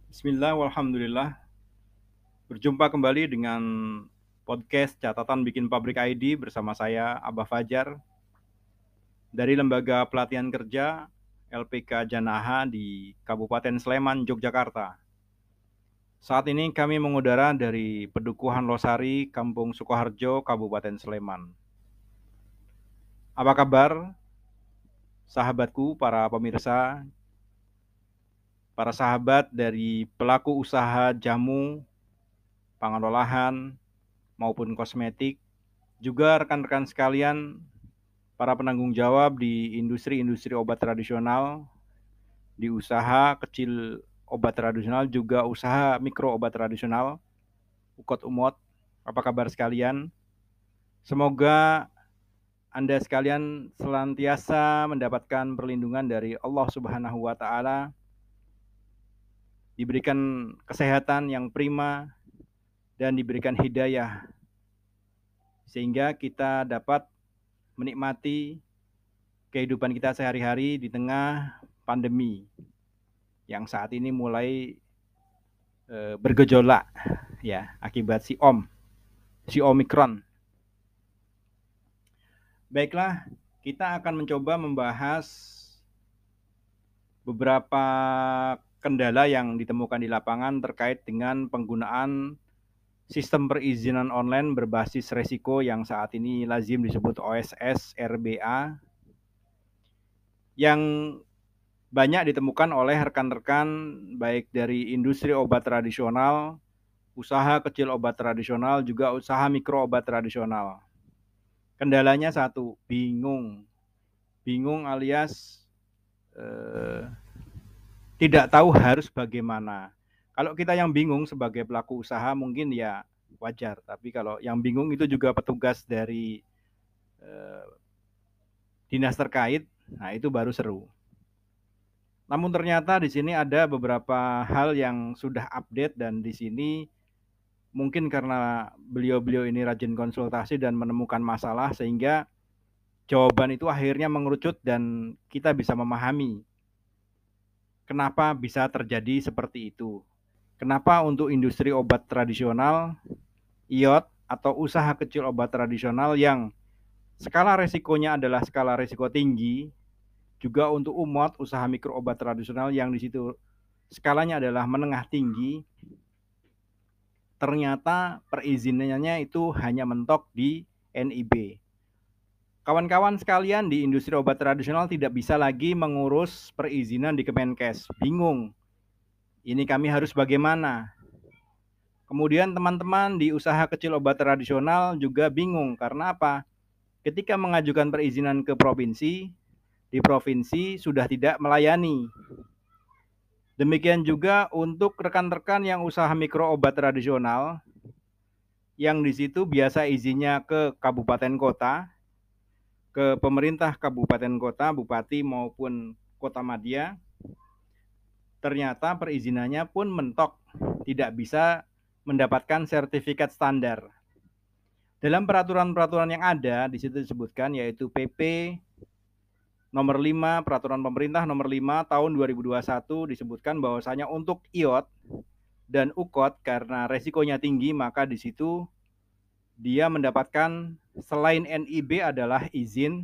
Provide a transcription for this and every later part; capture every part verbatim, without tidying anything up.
Bismillah, walhamdulillah. Berjumpa kembali dengan podcast Catatan Bikin Pabrik I D bersama saya, Abah Fajar, dari Lembaga Pelatihan Kerja L P K Janaha di Kabupaten Sleman, Yogyakarta. Saat ini kami mengudara dari Pedukuhan Losari, Kampung Sukoharjo, Kabupaten Sleman. Apa kabar, sahabatku, para pemirsa, para sahabat dari pelaku usaha jamu, pangan olahan, maupun kosmetik, juga rekan-rekan sekalian, para penanggung jawab di industri-industri obat tradisional, di usaha kecil obat tradisional, juga usaha mikro obat tradisional, ukot umot. Apa kabar sekalian? Semoga Anda sekalian senantiasa mendapatkan perlindungan dari Allah Subhanahu wa taala, diberikan kesehatan yang prima dan diberikan hidayah sehingga kita dapat menikmati kehidupan kita sehari-hari di tengah pandemi yang saat ini mulai e, bergejolak ya akibat si Om, si Omikron. Baiklah, kita akan mencoba membahas beberapa kendala yang ditemukan di lapangan terkait dengan penggunaan sistem perizinan online berbasis resiko yang saat ini lazim disebut O S S R B A, yang banyak ditemukan oleh rekan-rekan baik dari industri obat tradisional, usaha kecil obat tradisional, juga usaha mikro obat tradisional. Kendalanya satu, bingung. Bingung alias eh, tidak tahu harus bagaimana. Kalau kita yang bingung sebagai pelaku usaha mungkin ya wajar, tapi kalau yang bingung itu juga petugas dari eh, dinas terkait, nah itu baru seru. Namun ternyata di sini ada beberapa hal yang sudah update, dan di sini mungkin karena beliau-beliau ini rajin konsultasi dan menemukan masalah sehingga jawaban itu akhirnya mengerucut dan kita bisa memahami kenapa bisa terjadi seperti itu. Kenapa untuk industri obat tradisional, I O T atau usaha kecil obat tradisional yang skala resikonya adalah skala resiko tinggi, juga untuk U M O T, usaha mikro obat tradisional yang di situ skalanya adalah menengah tinggi, ternyata perizinannya itu hanya mentok di N I B. Kawan-kawan sekalian di industri obat tradisional tidak bisa lagi mengurus perizinan di Kemenkes. Bingung, ini kami harus bagaimana? Kemudian teman-teman di usaha kecil obat tradisional juga bingung, karena apa? Ketika mengajukan perizinan ke provinsi, di provinsi sudah tidak melayani. Demikian juga untuk rekan-rekan yang usaha mikro obat tradisional, yang di situ biasa izinnya ke kabupaten kota, ke pemerintah kabupaten kota, bupati maupun kota madya, ternyata perizinannya pun mentok, tidak bisa mendapatkan sertifikat standar. Dalam peraturan-peraturan yang ada, di situ disebutkan yaitu P P nomor lima, peraturan pemerintah nomor lima tahun dua ribu dua puluh satu, disebutkan bahwasanya untuk I O T dan U K O T karena resikonya tinggi, maka di situ dia mendapatkan selain N I B adalah izin,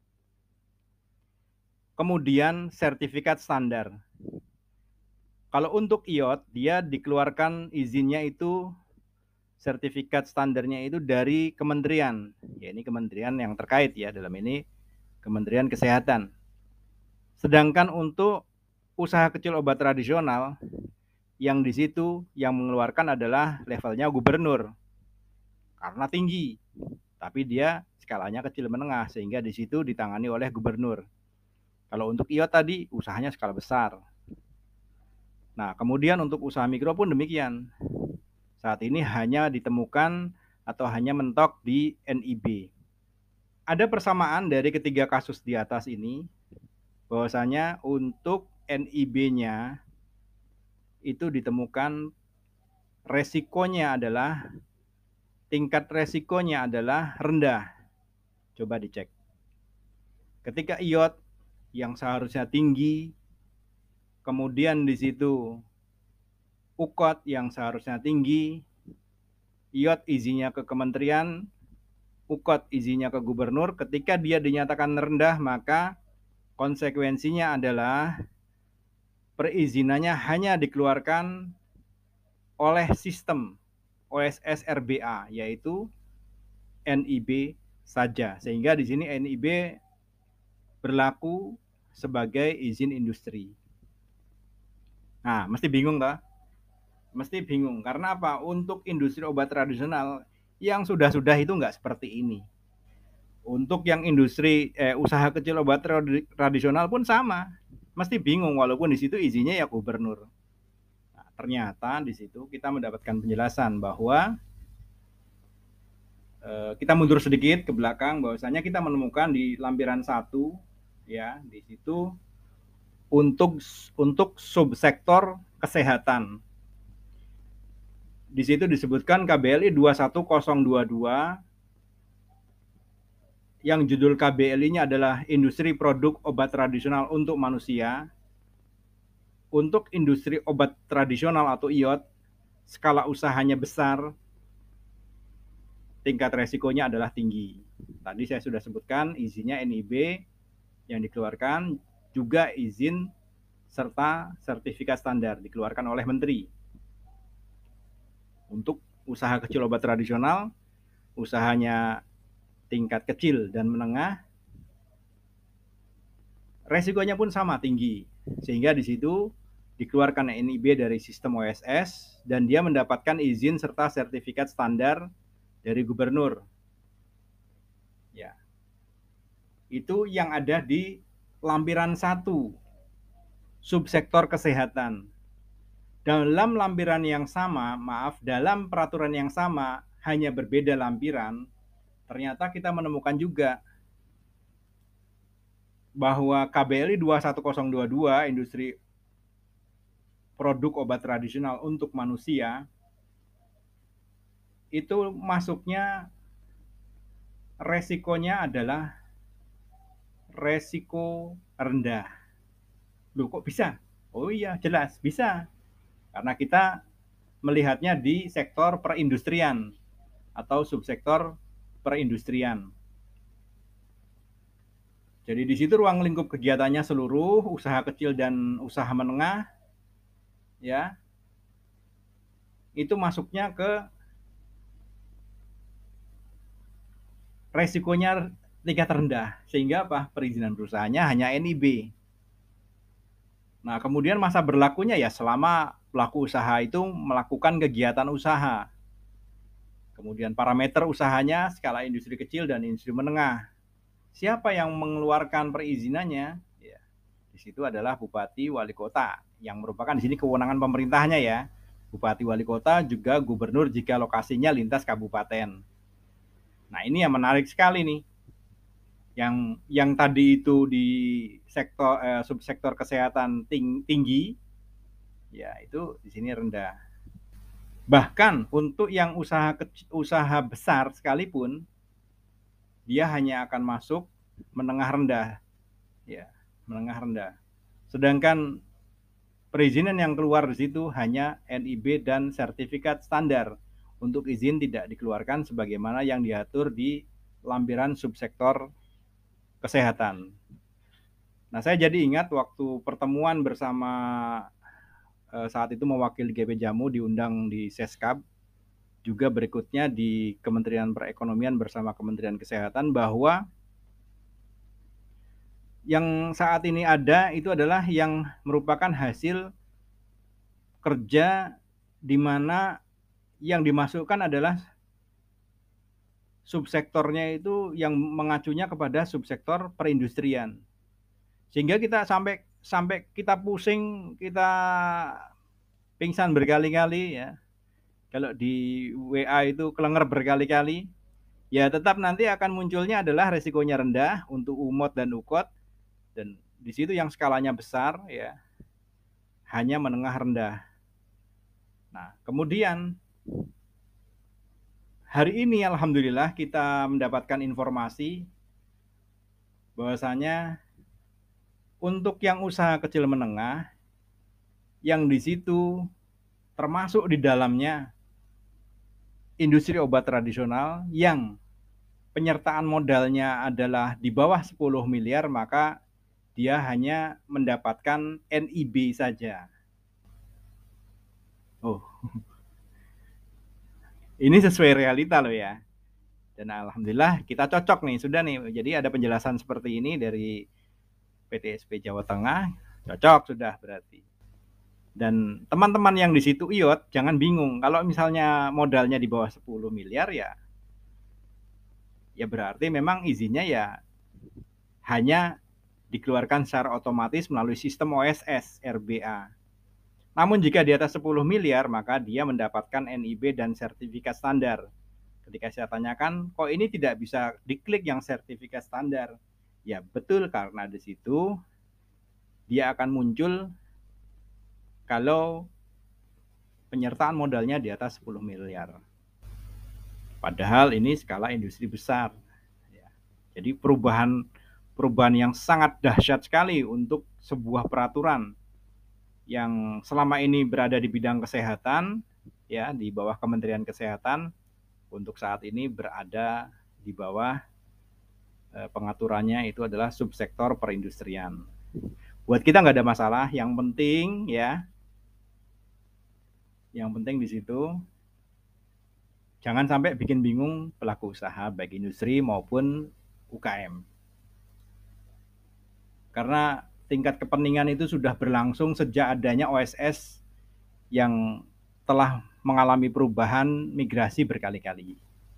kemudian sertifikat standar. Kalau untuk I O T, dia dikeluarkan izinnya itu, sertifikat standarnya itu dari kementerian, ya ini kementerian yang terkait ya, dalam ini Kementerian Kesehatan. Sedangkan untuk usaha kecil obat tradisional, yang di situ yang mengeluarkan adalah levelnya gubernur, karena tinggi, tapi dia skalanya kecil menengah, sehingga di situ ditangani oleh gubernur. Kalau untuk I O T tadi, usahanya skala besar. Nah, kemudian untuk usaha mikro pun demikian. Saat ini hanya ditemukan atau hanya mentok di N I B. Ada persamaan dari ketiga kasus di atas ini, bahwasanya untuk N I B-nya itu ditemukan resikonya adalah, tingkat resikonya adalah rendah. Coba dicek. Ketika I O T yang seharusnya tinggi, kemudian di situ U K O T yang seharusnya tinggi, I O T izinnya ke kementerian, U K O T izinnya ke gubernur. Ketika dia dinyatakan rendah, maka konsekuensinya adalah perizinannya hanya dikeluarkan oleh sistem O S S R B A, yaitu N I B saja. Sehingga di sini N I B berlaku sebagai izin industri. Nah, mesti bingung toh? Mesti bingung. Karena apa? Untuk industri obat tradisional yang sudah-sudah itu nggak seperti ini. Untuk yang industri eh, usaha kecil obat tradisional pun sama. Mesti bingung walaupun di situ izinnya ya gubernur. Nah, ternyata di situ kita mendapatkan penjelasan bahwa eh, kita mundur sedikit ke belakang bahwasanya kita menemukan di lampiran satu ya di situ untuk untuk subsektor kesehatan. Di situ disebutkan K B L I dua satu nol dua dua yang judul K B L I-nya adalah Industri Produk Obat Tradisional untuk Manusia. Untuk industri obat tradisional atau I O T, skala usahanya besar, tingkat resikonya adalah tinggi. Tadi saya sudah sebutkan izinnya N I B yang dikeluarkan, juga izin serta sertifikat standar dikeluarkan oleh Menteri. Untuk usaha kecil obat tradisional, usahanya tingkat kecil dan menengah, resikonya pun sama tinggi. Sehingga di situ dikeluarkan N I B dari sistem O S S dan dia mendapatkan izin serta sertifikat standar dari gubernur. Ya. Itu yang ada di lampiran satu, subsektor kesehatan. Dalam lampiran yang sama, maaf, dalam peraturan yang sama, hanya berbeda lampiran, ternyata kita menemukan juga bahwa K B L I dua satu nol dua dua, industri produk obat tradisional untuk manusia, itu masuknya resikonya adalah resiko rendah. Loh kok bisa? Oh iya, jelas bisa. Karena kita melihatnya di sektor perindustrian atau subsektor perindustrian. Jadi di situ ruang lingkup kegiatannya seluruh usaha kecil dan usaha menengah, ya, itu masuknya ke resikonya tingkat rendah, sehingga apa? Perizinan perusahaannya hanya N I B. Nah, kemudian masa berlakunya ya selama pelaku usaha itu melakukan kegiatan usaha. Kemudian parameter usahanya skala industri kecil dan industri menengah. Siapa yang mengeluarkan perizinannya? Ya, di situ adalah bupati wali kota yang merupakan di sini kewenangan pemerintahnya ya. Bupati wali kota juga gubernur jika lokasinya lintas kabupaten. Nah, ini yang menarik sekali nih. Yang yang tadi itu di sektor eh, subsektor kesehatan ting, tinggi, ya itu di sini rendah. Bahkan untuk yang usaha usaha besar sekalipun, dia hanya akan masuk menengah rendah, ya menengah rendah. Sedangkan perizinan yang keluar di situ hanya N I B dan sertifikat standar. Untuk izin tidak dikeluarkan sebagaimana yang diatur di lampiran subsektor kesehatan. Nah, saya jadi ingat waktu pertemuan bersama eh, saat itu mewakili G P Jamu diundang di Seskap, juga berikutnya di Kementerian Perekonomian bersama Kementerian Kesehatan, bahwa yang saat ini ada itu adalah yang merupakan hasil kerja di mana yang dimasukkan adalah subsektornya itu yang mengacunya kepada subsektor perindustrian. Sehingga kita sampai sampai kita pusing, kita pingsan berkali-kali ya. Kalau di W A itu kelenger berkali-kali, ya tetap nanti akan munculnya adalah resikonya rendah untuk U M O T dan U K O T, dan di situ yang skalanya besar ya hanya menengah rendah. Nah, kemudian hari ini alhamdulillah kita mendapatkan informasi bahwasanya untuk yang usaha kecil menengah yang di situ termasuk di dalamnya industri obat tradisional yang penyertaan modalnya adalah di bawah sepuluh miliar, maka dia hanya mendapatkan N I B saja. Oh, ini sesuai realita loh ya. Dan alhamdulillah kita cocok nih, sudah nih. Jadi ada penjelasan seperti ini dari P T S P Jawa Tengah, cocok sudah berarti. Dan teman-teman yang di situ I O T, jangan bingung. Kalau misalnya modalnya di bawah sepuluh miliar ya, ya berarti memang izinnya ya hanya dikeluarkan secara otomatis melalui sistem O S S R B A. Namun jika di atas sepuluh miliar, maka dia mendapatkan N I B dan sertifikat standar. Ketika saya tanyakan, kok ini tidak bisa diklik yang sertifikat standar? Ya betul, karena di situ dia akan muncul kalau penyertaan modalnya di atas sepuluh miliar. Padahal ini skala industri besar. Jadi perubahan perubahan yang sangat dahsyat sekali untuk sebuah peraturan yang selama ini berada di bidang kesehatan, ya, di bawah Kementerian Kesehatan, untuk saat ini berada di bawah eh, pengaturannya itu adalah subsektor perindustrian. Buat kita nggak ada masalah, yang penting ya, yang penting di situ jangan sampai bikin bingung pelaku usaha baik industri maupun U K M. Karena tingkat kepentingan itu sudah berlangsung sejak adanya O S S yang telah mengalami perubahan migrasi berkali-kali.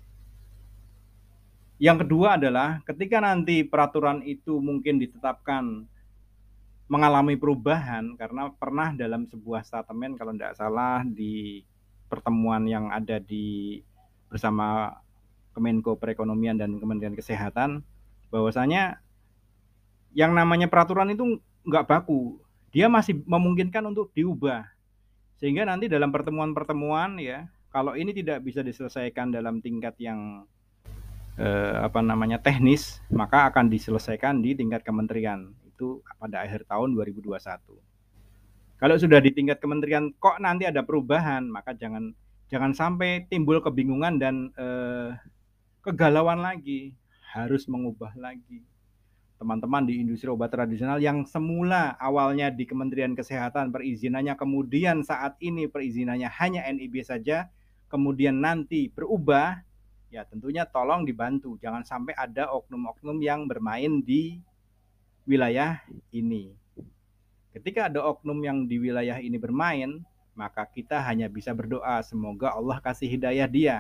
Yang kedua adalah ketika nanti peraturan itu mungkin ditetapkan mengalami perubahan, karena pernah dalam sebuah statement kalau tidak salah di pertemuan yang ada di bersama Kemenko Perekonomian dan Kementerian Kesehatan, bahwasanya yang namanya peraturan itu nggak baku, dia masih memungkinkan untuk diubah. Sehingga nanti dalam pertemuan-pertemuan ya, kalau ini tidak bisa diselesaikan dalam tingkat yang eh, apa namanya teknis, maka akan diselesaikan di tingkat kementerian. Itu pada akhir tahun dua ribu dua puluh satu. Kalau sudah di tingkat kementerian kok nanti ada perubahan, maka jangan jangan sampai timbul kebingungan dan eh, kegalauan lagi, harus mengubah lagi. Teman-teman di industri obat tradisional yang semula awalnya di Kementerian Kesehatan perizinannya, kemudian saat ini perizinannya hanya N I B saja, kemudian nanti berubah, ya tentunya tolong dibantu. Jangan sampai ada oknum-oknum yang bermain di wilayah ini. Ketika ada oknum yang di wilayah ini bermain, maka kita hanya bisa berdoa, semoga Allah kasih hidayah dia.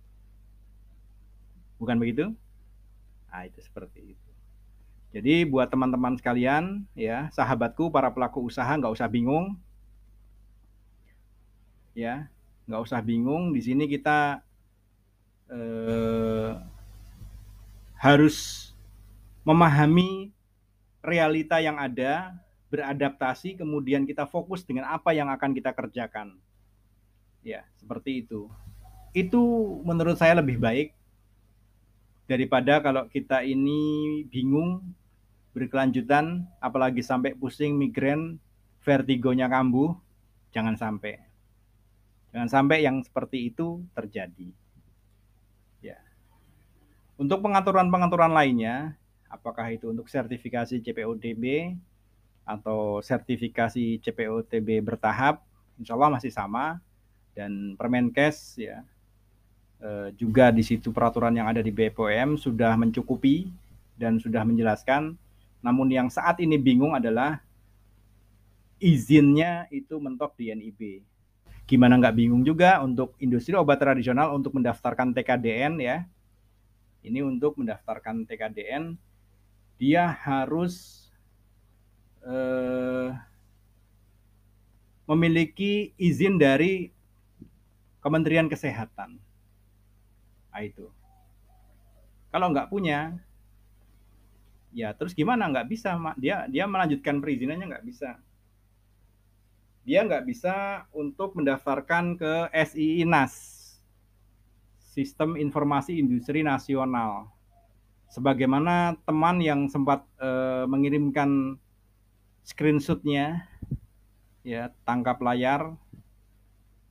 Bukan begitu? Nah, itu seperti itu. Jadi buat teman-teman sekalian, ya, sahabatku, para pelaku usaha, nggak usah bingung, ya, nggak usah bingung. Di sini kita eh, harus memahami realita yang ada, beradaptasi, kemudian kita fokus dengan apa yang akan kita kerjakan, ya, seperti itu. Itu menurut saya lebih baik daripada kalau kita ini bingung berkelanjutan, apalagi sampai pusing, migrain, vertigonya kambuh. Jangan sampai. Jangan sampai yang seperti itu terjadi. Ya. Untuk pengaturan-pengaturan lainnya, apakah itu untuk sertifikasi C P O T B atau sertifikasi C P O T B bertahap, insya Allah masih sama. Dan Permenkes ya, eh, juga di situ peraturan yang ada di B P O M sudah mencukupi dan sudah menjelaskan. Namun yang saat ini bingung adalah izinnya itu mentok di N I B. Gimana nggak bingung juga untuk industri obat tradisional untuk mendaftarkan T K D N ya. Ini untuk mendaftarkan T K D N, dia harus eh, memiliki izin dari Kementerian Kesehatan. Nah, itu. Kalau nggak punya, ya terus gimana? Nggak bisa, dia dia melanjutkan perizinannya nggak bisa. Dia nggak bisa untuk mendaftarkan ke S I I N A S, Sistem Informasi Industri Nasional. Sebagaimana teman yang sempat eh, mengirimkan screenshotnya, ya, tangkap layar,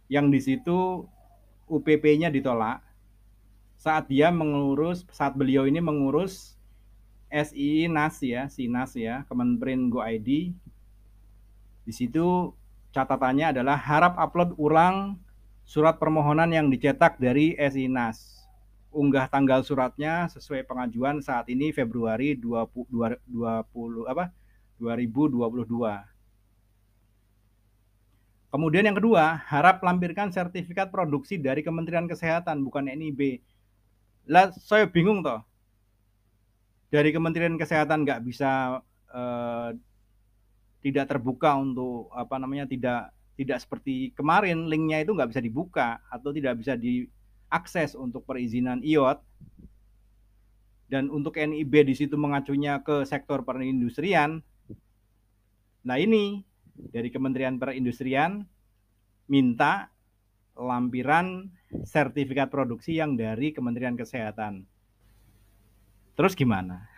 yang di situ U P P-nya ditolak saat dia mengurus, saat beliau ini mengurus S I I N A S ya, Sinas ya, Kementerian Go I D. Di situ catatannya adalah harap upload ulang surat permohonan yang dicetak dari S I N A S. Unggah tanggal suratnya sesuai pengajuan saat ini Februari dua puluh apa dua ribu dua puluh dua. Kemudian yang kedua, harap lampirkan sertifikat produksi dari Kementerian Kesehatan, bukan N I B. Lah, saya bingung toh. Dari Kementerian Kesehatan nggak bisa eh, tidak terbuka untuk apa namanya tidak tidak seperti kemarin linknya itu nggak bisa dibuka atau tidak bisa diakses untuk perizinan I O T, dan untuk N I B di situ mengacunya ke sektor perindustrian. Nah ini dari Kementerian Perindustrian minta lampiran sertifikat produksi yang dari Kementerian Kesehatan. Terus gimana?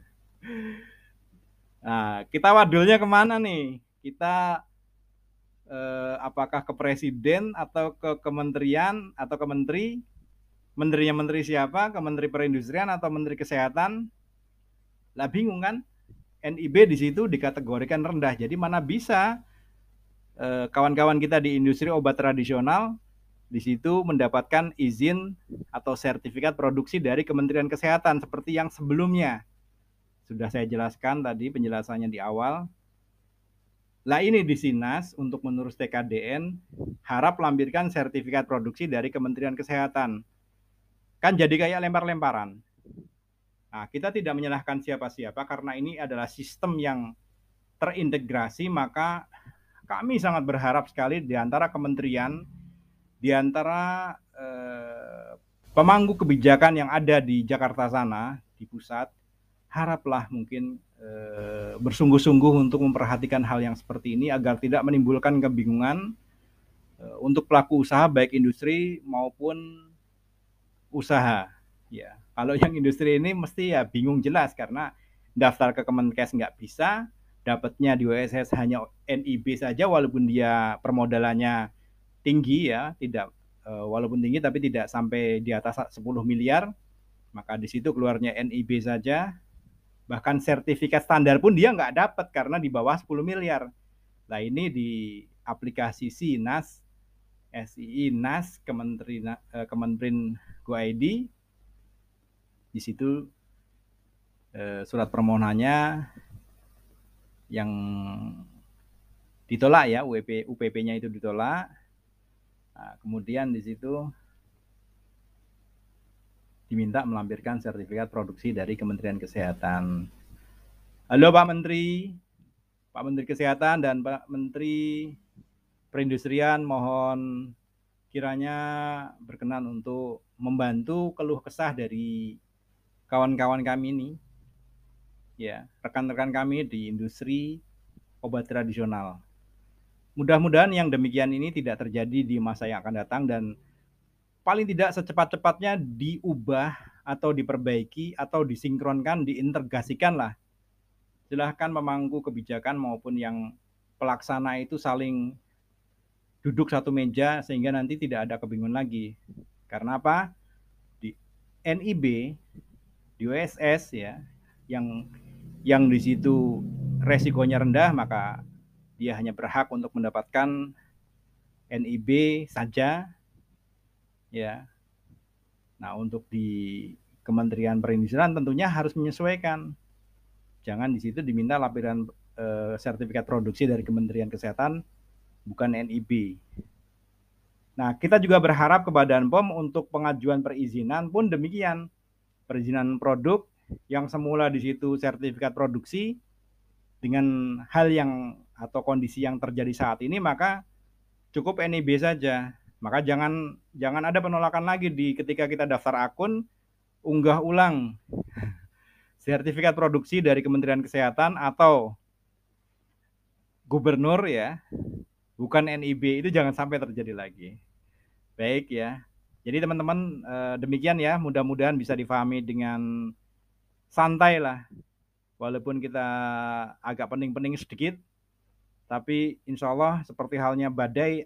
Nah, kita wadulnya kemana nih? Kita eh, apakah ke presiden atau ke kementerian atau ke menteri? Menterinya menteri siapa? Ke Menteri Perindustrian atau Menteri Kesehatan? Lah bingung kan? N I B di situ dikategorikan rendah. Jadi mana bisa eh, kawan-kawan kita di industri obat tradisional di situ mendapatkan izin atau sertifikat produksi dari Kementerian Kesehatan seperti yang sebelumnya. Sudah saya jelaskan tadi penjelasannya di awal. Lah ini di Sinas untuk mengurus T K D N harap lampirkan sertifikat produksi dari Kementerian Kesehatan. Kan jadi kayak lempar-lemparan. Nah, kita tidak menyalahkan siapa-siapa karena ini adalah sistem yang terintegrasi, maka kami sangat berharap sekali di antara kementerian, di antara eh, pemangku kebijakan yang ada di Jakarta sana, di pusat, haraplah mungkin eh, bersungguh-sungguh untuk memperhatikan hal yang seperti ini agar tidak menimbulkan kebingungan eh, untuk pelaku usaha baik industri maupun usaha. Ya, kalau yang industri ini mesti ya bingung jelas karena daftar ke Kemenkes nggak bisa, dapatnya di O S S hanya N I B saja walaupun dia permodalannya tinggi ya, tidak uh, walaupun tinggi tapi tidak sampai di atas sepuluh miliar, maka di situ keluarnya N I B saja. Bahkan sertifikat standar pun dia nggak dapat karena di bawah sepuluh miliar. Nah ini di aplikasi Sinas, S I I N A S, Kementerian, uh, Kementerian Go I D, di situ eh, surat permohonannya yang ditolak ya, U P P-nya itu ditolak. Nah, kemudian di situ diminta melampirkan sertifikat produksi dari Kementerian Kesehatan. Halo Pak Menteri, Pak Menteri Kesehatan dan Pak Menteri Perindustrian, mohon kiranya berkenan untuk membantu keluh kesah dari kawan-kawan kami ini, ya rekan-rekan kami di industri obat tradisional. Mudah-mudahan yang demikian ini tidak terjadi di masa yang akan datang dan paling tidak secepat-cepatnya diubah atau diperbaiki atau disinkronkan, diintegrasikan lah. Silahkan pemangku kebijakan maupun yang pelaksana itu saling duduk satu meja sehingga nanti tidak ada kebingungan lagi. Karena apa? Di N I B, di O S S ya, yang yang di situ resikonya rendah, maka dia hanya berhak untuk mendapatkan N I B saja ya. Nah, untuk di Kementerian Perindustrian tentunya harus menyesuaikan. Jangan di situ diminta lampiran eh, sertifikat produksi dari Kementerian Kesehatan bukan N I B. Nah, kita juga berharap ke Badan P O M untuk pengajuan perizinan pun demikian. Perizinan produk yang semula di situ sertifikat produksi dengan hal yang atau kondisi yang terjadi saat ini, maka cukup N I B saja. Maka jangan jangan ada penolakan lagi di ketika kita daftar akun, unggah ulang sertifikat produksi dari Kementerian Kesehatan atau gubernur ya, bukan N I B, itu jangan sampai terjadi lagi. Baik ya. Jadi teman-teman demikian ya, mudah-mudahan bisa difahami dengan santai lah. Walaupun kita agak pening-pening sedikit, tapi insya Allah seperti halnya badai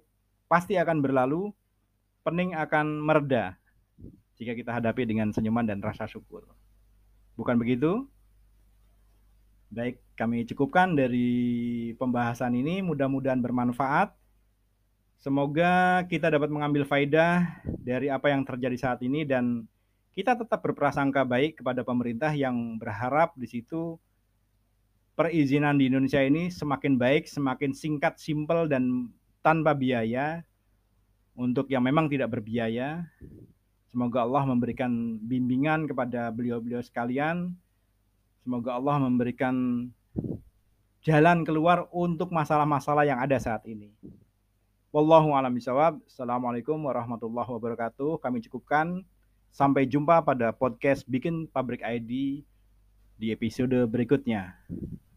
pasti akan berlalu, pening akan mereda jika kita hadapi dengan senyuman dan rasa syukur. Bukan begitu? Baik, kami cukupkan dari pembahasan ini, mudah-mudahan bermanfaat. Semoga kita dapat mengambil faidah dari apa yang terjadi saat ini dan kita tetap berprasangka baik kepada pemerintah yang berharap di situ perizinan di Indonesia ini semakin baik, semakin singkat, simpel, dan tanpa biaya untuk yang memang tidak berbiaya. Semoga Allah memberikan bimbingan kepada beliau-beliau sekalian. Semoga Allah memberikan jalan keluar untuk masalah-masalah yang ada saat ini. Wallahu a'lam bishawab. Assalamualaikum warahmatullahi wabarakatuh. Kami cukupkan. Sampai jumpa pada podcast Bikin Pabrik I D di episode berikutnya.